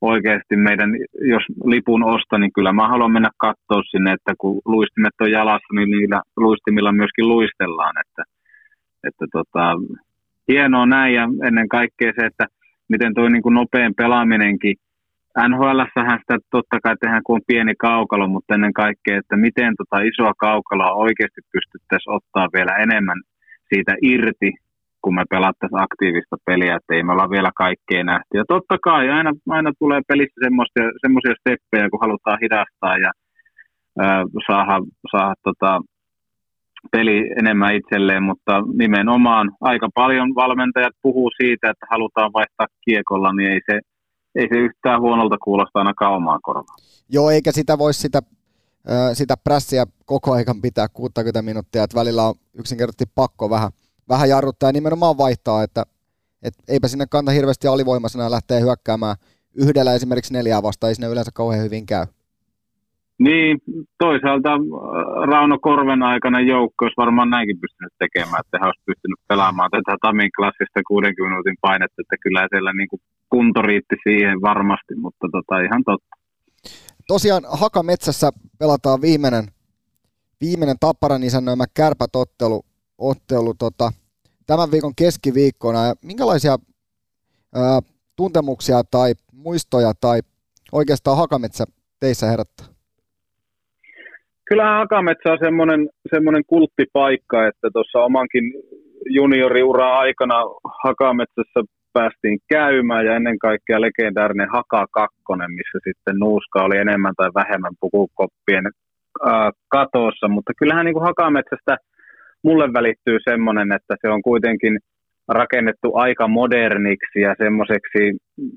oikeasti meidän, jos lipun osta, niin kyllä mä haluan mennä katsoa sinne, että kun luistimet on jalassa, niin niillä luistimilla myöskin luistellaan, että, että tota, hienoa näin ja ennen kaikkea se, että miten tuo niin kuin nopean pelaaminenkin, N H L:ssähän sitä totta kai tehdään, kun on pieni kaukalo, mutta ennen kaikkea, että miten tota isoa kaukaloa oikeasti pystyttäisiin ottaa vielä enemmän siitä irti, kun me pelattaisiin aktiivista peliä, että ei me olla vielä kaikkea nähty. Ja totta kai aina, aina tulee pelissä semmoisia steppejä, kun halutaan hidastaa ja ää, saada, saada tota, peli enemmän itselleen, mutta nimenomaan aika paljon valmentajat puhuu siitä, että halutaan vaihtaa kiekolla, niin ei se, ei se yhtään huonolta kuulosta ainakaan omaan korvaan. Joo, eikä sitä voi sitä, sitä prässiä koko ajan pitää kuusikymmentä minuuttia, että välillä on yksinkertaisesti pakko vähän, vähän jarruttaa ja nimenomaan vaihtaa, että et eipä sinne kanta hirveästi alivoimaisena lähteä hyökkäämään yhdellä esimerkiksi neljää vastaan, ei sinne yleensä kauhean hyvin käy. Niin, toisaalta Rauno Korven aikana joukko olisi varmaan näinkin pystynyt tekemään, että he olisi pystynyt pelaamaan tätä Tamin klassista kuudenkymmenen minuutin painetta, että kyllä siellä niin kuin kunto riitti siihen varmasti, mutta tota, ihan totta. Tosiaan Hakametsässä pelataan viimeinen, viimeinen Tapparan isännöimä kärpätottelu ottelu, tota, tämän viikon keskiviikkona. Ja minkälaisia ää, tuntemuksia tai muistoja tai oikeastaan Hakametsä teissä herättää? Kyllähän Hakametsä on semmoinen, semmoinen kulttipaikka, että tuossa omankin junioriura aikana Hakametsässä päästiin käymään ja ennen kaikkea legendaarinen Haka kakkonen, missä sitten nuuska oli enemmän tai vähemmän pukukoppien ää, katossa, mutta kyllähän niin kuin Hakametsästä mulle välittyy semmoinen, että se on kuitenkin rakennettu aika moderniksi ja semmoiseksi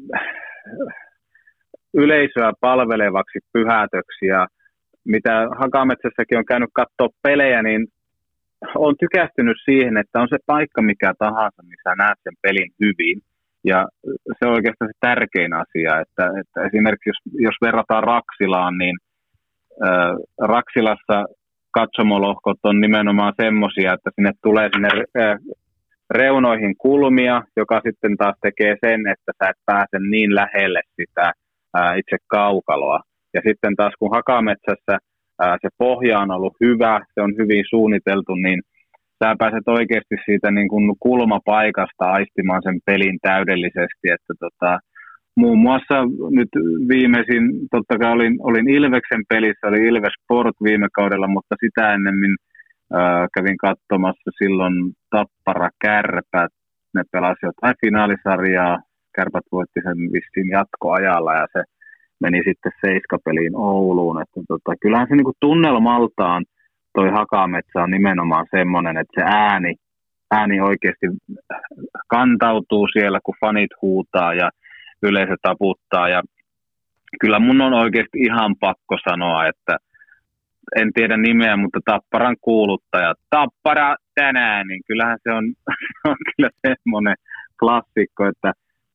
yleisöä palvelevaksi pyhätöksi ja mitä Hakametsässäkin on käynyt katsoa pelejä, niin on tykästynyt siihen, että on se paikka mikä tahansa, niin sä näet sen pelin hyvin. Ja se on oikeastaan se tärkein asia, että, että esimerkiksi jos, jos verrataan Raksilaan, niin äh, Raksilassa katsomolohkot on nimenomaan semmoisia, että sinne tulee sinne äh, reunoihin kulmia, joka sitten taas tekee sen, että sä et pääse niin lähelle sitä äh, itse kaukaloa. Ja sitten taas kun Hakametsässä ää, se pohja on ollut hyvä, se on hyvin suunniteltu, niin sä pääset oikeasti siitä niin kuin kulmapaikasta aistimaan sen pelin täydellisesti. Että tota, muun muassa nyt viimeisin, totta kai olin, olin Ilveksen pelissä, oli Ilves Sport viime kaudella, mutta sitä ennemmin ää, kävin katsomassa silloin Tappara Kärpät. Ne pelasivat jotain finaalisarjaa, Kärpät voitti sen vissiin jatkoajalla ja se meni sitten seiskapeliin Ouluun. Että tota, kyllähän se niinku tunnelmaltaan toi Hakametsä on nimenomaan semmoinen, että se ääni, ääni oikeasti kantautuu siellä, kun fanit huutaa ja yleisö taputtaa. Ja kyllä mun on oikeasti ihan pakko sanoa, että en tiedä nimeä, mutta Tapparan kuuluttaja, Tappara tänään, niin kyllähän se on, on kyllä semmoinen klassikko, että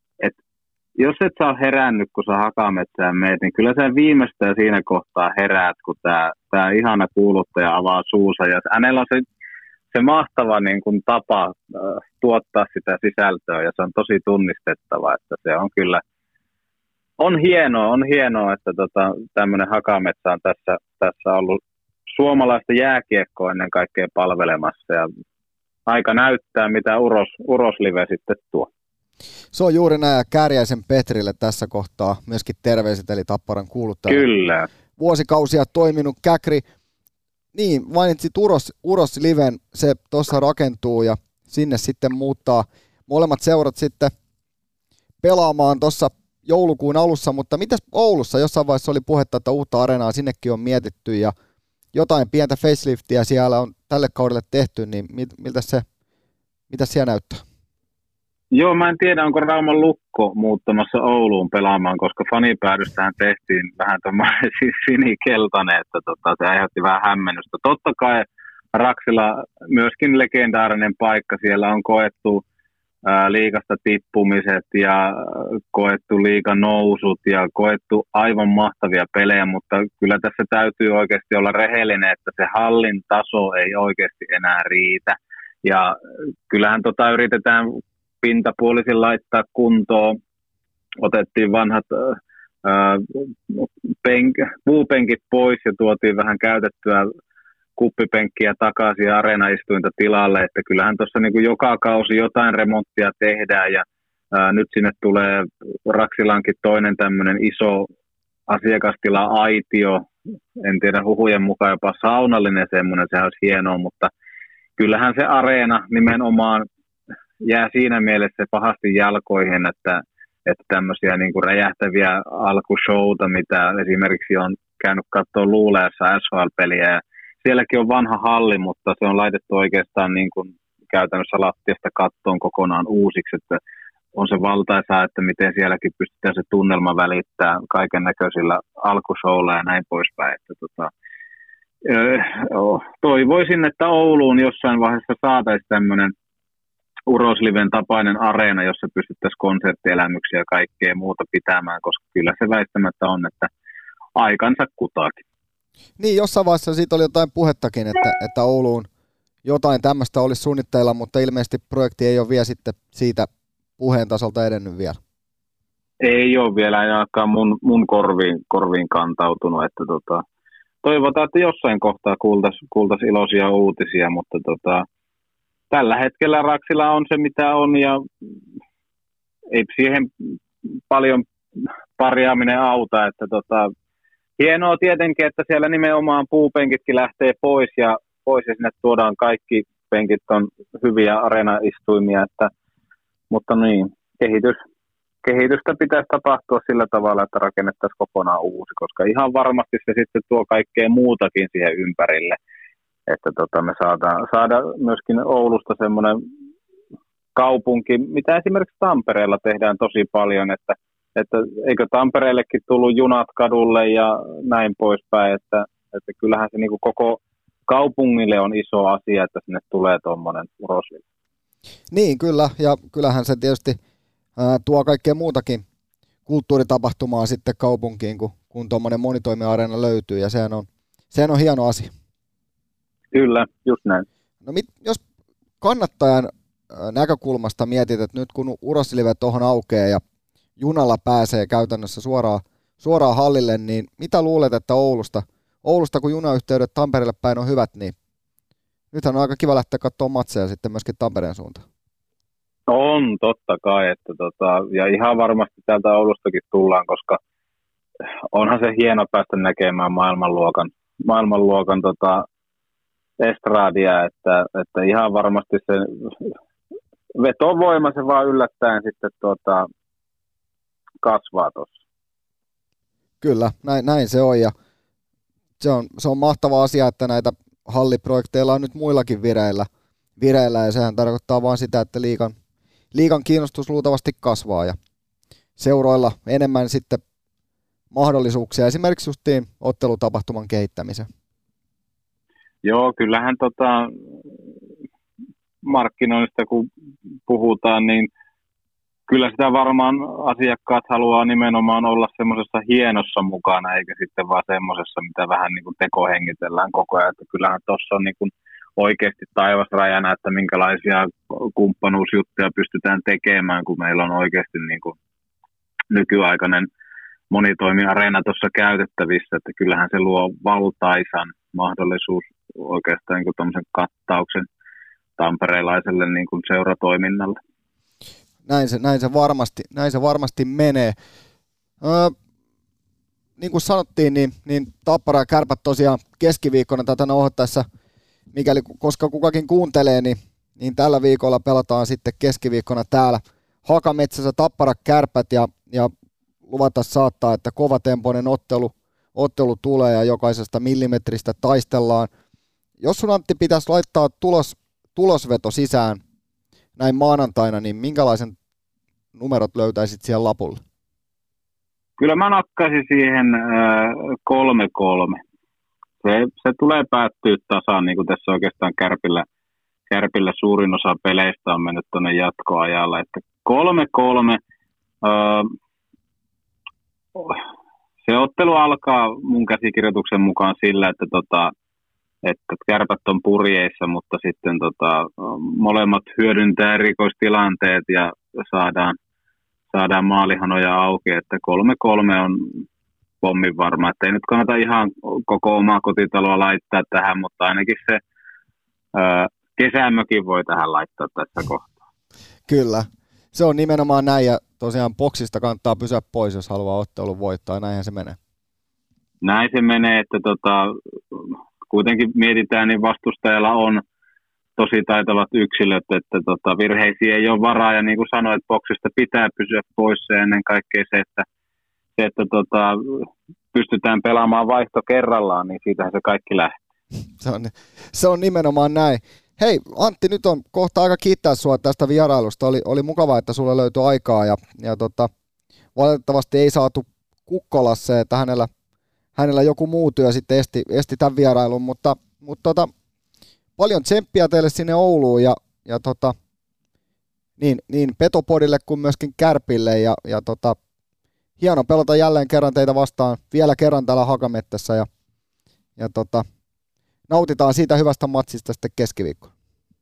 jos et sä ole herännyt, kun sä Hakametsään meet, niin kyllä sä viimeistään siinä kohtaa heräät, kun tää, tää ihana kuuluttaja avaa suusa. Ja hänellä on se, se mahtava niin kun tapa äh, tuottaa sitä sisältöä, ja se on tosi tunnistettava, että se on kyllä, on hienoa, on hienoa, että tota, tämmöinen Hakametsä on tässä, tässä ollut suomalaista jääkiekkoa ennen kaikkea palvelemassa, ja aika näyttää, mitä Uros, Uroslive sitten tuo. Se on juuri näin, Kääriäisen Petrille tässä kohtaa myöskin terveiset, eli Tapparan kuuluttaja. Kyllä. Vuosikausia toiminut Käkri. Niin, mainitsit Uros, Uros Liven, se tuossa rakentuu ja sinne sitten muuttaa molemmat seurat sitten pelaamaan tuossa joulukuun alussa, mutta mitäs Oulussa? Jossain vaiheessa oli puhetta, että uutta areenaa sinnekin on mietitty ja jotain pientä faceliftiä siellä on tälle kaudelle tehty, niin miltä se, mitä siellä näyttää? Joo, mä en tiedä, onko Rauman Lukko muuttamassa Ouluun pelaamaan, koska fanipäädystähän tehtiin vähän tommoinen sinikeltainen, että tota, se aiheutti vähän hämmennystä. Totta kai Raksila myöskin legendaarinen paikka, siellä on koettu ää, liigasta tippumiset ja koettu liigan nousut ja koettu aivan mahtavia pelejä, mutta kyllä tässä täytyy oikeasti olla rehellinen, että se hallin taso ei oikeasti enää riitä. Ja kyllähän tota yritetään pintapuolisin laittaa kuntoon. Otettiin vanhat ää, penk, puupenkit pois ja tuotiin vähän käytettyä kuppipenkkiä takaisin ja areenaistuinta tilalle, että kyllähän tuossa niin kuin joka kausi jotain remonttia tehdään ja ää, nyt sinne tulee Raksilankin toinen tämmöinen iso asiakastila-aitio, en tiedä huhujen mukaan jopa saunallinen semmoinen, sehän olisi hienoa, mutta kyllähän se areena nimenomaan jää siinä mielessä pahasti jalkoihin, että, että tämmöisiä niin kuin räjähtäviä alkushowta, mitä esimerkiksi on käynyt katsoa Luuleassa S H L-peliä, ja sielläkin on vanha halli, mutta se on laitettu oikeastaan niin kuin käytännössä lattiasta kattoon kokonaan uusiksi, että on se valtaisaa, että miten sielläkin pystytään se tunnelma välittämään kaiken näköisillä alkushowlla ja näin poispäin. Että tota, toivoisin, että Ouluun jossain vaiheessa saataisiin tämmöinen Urosliven tapainen areena, jossa pystyttäisiin konserttielämyksiä ja kaikkea muuta pitämään, koska kyllä se väistämättä on, että aikansa kutaakin. Niin, jossain vaiheessa siitä oli jotain puhettakin, että, että Ouluun jotain tämmöistä olisi suunnitteilla, mutta ilmeisesti projekti ei ole vielä sitten siitä puheen tasolta edennyt vielä. Ei ole vielä ainakaan mun, mun korviin, korviin kantautunut, että tota, toivotaan, että jossain kohtaa kuultaisiin kuultais iloisia uutisia, mutta tota, tällä hetkellä Raksila on se mitä on ja ei siihen paljon parjaaminen auta, että tota, hienoa tietenkin, että siellä nimenomaan puupenkitkin lähtee pois ja pois ja sinne tuodaan kaikki penkit on hyviä areenaistuimia, että mutta niin, kehitys, kehitystä pitäisi tapahtua sillä tavalla, että rakennettaisiin kokonaan uusi, koska ihan varmasti se sitten tuo kaikkea muutakin siihen ympärille. Että tota me saadaan saada myöskin Oulusta semmoinen kaupunki, mitä esimerkiksi Tampereella tehdään tosi paljon, että, että eikö Tampereellekin tullut junat kadulle ja näin poispäin, että, että kyllähän se niin kuin koko kaupungille on iso asia, että sinne tulee tuommoinen Uroslive. Niin, kyllä, ja kyllähän se tietysti ää, tuo kaikkea muutakin kulttuuritapahtumaa sitten kaupunkiin, kun, kun tuommoinen monitoimiareena löytyy, ja sehän on, sehän on hieno asia. Kyllä, just näin. No mit, jos kannattajan ää, näkökulmasta mietit, että nyt kun Uroslive tuohon aukeaa ja junalla pääsee käytännössä suoraan, suoraan hallille, niin mitä luulet, että Oulusta, Oulusta kun junayhteydet Tampereelle päin on hyvät, niin nythän on aika kiva lähteä katsomaan matseja sitten myöskin Tampereen suuntaan. On, totta kai. Että tota, ja ihan varmasti täältä Oulustakin tullaan, koska onhan se hieno päästä näkemään maailmanluokan, maailmanluokan tota, estradia, että, että ihan varmasti se vetovoima se vaan yllättäen sitten tota, kasvaa tuossa. Kyllä, näin, näin se on ja se on, se on mahtava asia, että näitä halliprojekteilla on nyt muillakin vireillä, vireillä ja sehän tarkoittaa vain sitä, että liigan, liigan kiinnostus luultavasti kasvaa ja seuroilla enemmän sitten mahdollisuuksia esimerkiksi justiin ottelutapahtuman kehittämiseen. Joo, kyllähän tota, markkinoinnista kun puhutaan, niin kyllä sitä varmaan asiakkaat haluaa nimenomaan olla semmoisessa hienossa mukana, eikä sitten vaan semmoisessa, mitä vähän niin kuin tekohengitellään koko ajan. Että kyllähän tuossa on niin kuin oikeasti taivasrajana, että minkälaisia kumppanuusjuttuja pystytään tekemään, kun meillä on oikeasti niin kuin nykyaikainen monitoimiareena tuossa käytettävissä. Että kyllähän se luo valtaisan mahdollisuus oikeastaan niin kuin tuommoisen kattauksen tamperelaiselle niin kuin seuratoiminnalle. Näin se, näin, se varmasti, näin se varmasti menee. Öö, niin kuin sanottiin, niin, niin Tappara ja Kärpät tosiaan keskiviikkona tätä nauhoittaessa, mikäli koska kukakin kuuntelee, niin, niin tällä viikolla pelataan sitten keskiviikkona täällä Hakametsässä Tappara Kärpät ja, ja luvata saattaa, että kovatempoinen ottelu, ottelu tulee ja jokaisesta millimetristä taistellaan. Jos sun Antti pitäisi laittaa tulos, tulosveto sisään näin maanantaina, niin minkälaisen numerot löytäisit siellä lapulle? Kyllä mä nakkaisin siihen kolme kolme. Se, se tulee päättyä tasaan, niin kuin tässä oikeastaan Kärpillä, Kärpillä suurin osa peleistä on mennyt tuonne jatkoajalle. Että kolme kolme. Se ottelu alkaa mun käsikirjoituksen mukaan sillä, että tota, että Kärpät on purjeissa, mutta sitten tota, molemmat hyödyntää erikoistilanteet ja saadaan, saadaan maalihanoja auki, että kolme kolme on pommin varma, että ei nyt kannata ihan koko omaa kotitaloa laittaa tähän, mutta ainakin se ää, kesämökin voi tähän laittaa tässä kohtaa. Kyllä, se on nimenomaan näin ja tosiaan boksista kannattaa pysyä pois, jos haluaa ottelun voittaa, näinhän se menee. Näin se menee, että tota, kuitenkin mietitään, niin vastustajalla on tosi taitavat yksilöt, että tota, virheisiä ei ole varaa ja niin kuin sanoit, boksista pitää pysyä pois ja ennen kaikkea se, että, se, että tota, pystytään pelaamaan vaihto kerrallaan, niin siitähän se kaikki lähtee. Se on, se on nimenomaan näin. Hei Antti, nyt on kohta aika kiittää sinua tästä vierailusta. Oli, oli mukavaa, että sulle löytyi aikaa ja, ja tota, valitettavasti ei saatu Kukkolassa, että hänellä, hänellä joku muu työ sitten esti, esti tämän vierailun, mutta, mutta tota, paljon tsemppiä teille sinne Ouluun ja, ja tota, niin, niin Petopodille kuin myöskin Kärpille ja, ja tota, hieno pelata jälleen kerran teitä vastaan vielä kerran täällä Hakamettässä ja, ja tota, nautitaan siitä hyvästä matsista sitten keskiviikkona.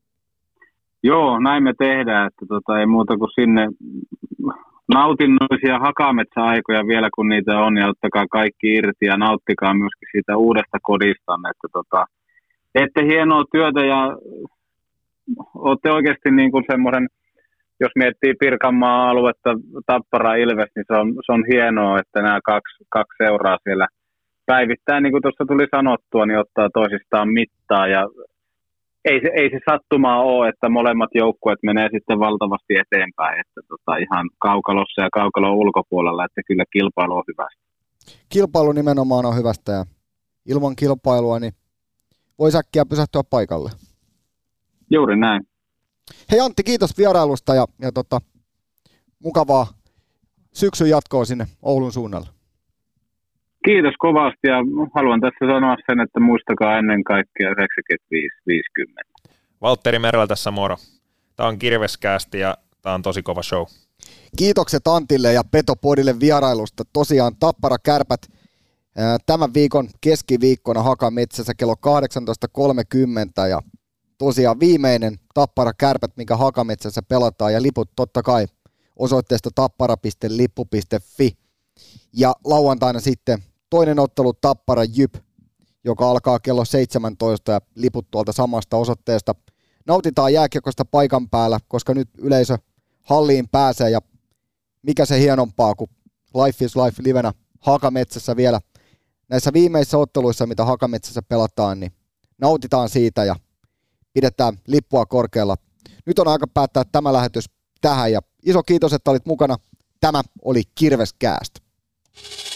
Joo, näin me tehdään, että tota, ei muuta kuin sinne nautinnoisia Hakametsä-aikoja vielä kun niitä on ja ottakaa kaikki irti ja nauttikaa myöskin siitä uudesta kodistanne, että tota, teette hienoa työtä ja olette oikeasti niin kuin semmoisen, jos miettii Pirkanmaan aluetta, Tappara, Ilves, niin se on, se on hienoa, että nämä kaksi, kaksi seuraa siellä päivittäin, niin kuin tuossa tuli sanottua, niin ottaa toisistaan mittaa ja ei se, ei se sattumaa ole, että molemmat joukkueet menee sitten valtavasti eteenpäin, että tota, ihan kaukalossa ja kaukalon ulkopuolella, että kyllä kilpailu on hyvästä. Kilpailu nimenomaan on hyvästä ja ilman kilpailua niin voi äkkiä pysähtyä paikalle. Juuri näin. Hei Antti, kiitos vierailusta ja, ja tota, mukavaa syksyn jatkoa sinne Oulun suunnalla. Kiitos kovasti ja haluan tässä sanoa sen, että muistakaa ennen kaikkea yhdeksänkymmentäviisi viisikymmentä. Valtteri Merellä tässä moro. Tämä on Kirveskäästi ja tämä on tosi kova show. Kiitokset Antille ja Petopodille vierailusta. Tosiaan Tappara Kärpät tämän viikon keskiviikkona Hakametsässä kello kahdeksantoista kolmekymmentä ja tosiaan viimeinen Tappara Kärpät, mikä Hakametsässä pelataan ja liput totta kai osoitteesta tappara piste lippu piste fi ja lauantaina sitten toinen ottelu Tappara Jyp, joka alkaa kello seitsemäntoista ja liput tuolta samasta osoitteesta. Nautitaan jääkiekosta paikan päällä, koska nyt yleisö halliin pääsee ja mikä se hienompaa kuin Life is Life livenä Hakametsässä vielä näissä viimeisissä otteluissa, mitä Hakametsässä pelataan, niin nautitaan siitä ja pidetään lippua korkealla. Nyt on aika päättää tämä lähetys tähän ja iso kiitos, että olit mukana. Tämä oli Kirveskääst.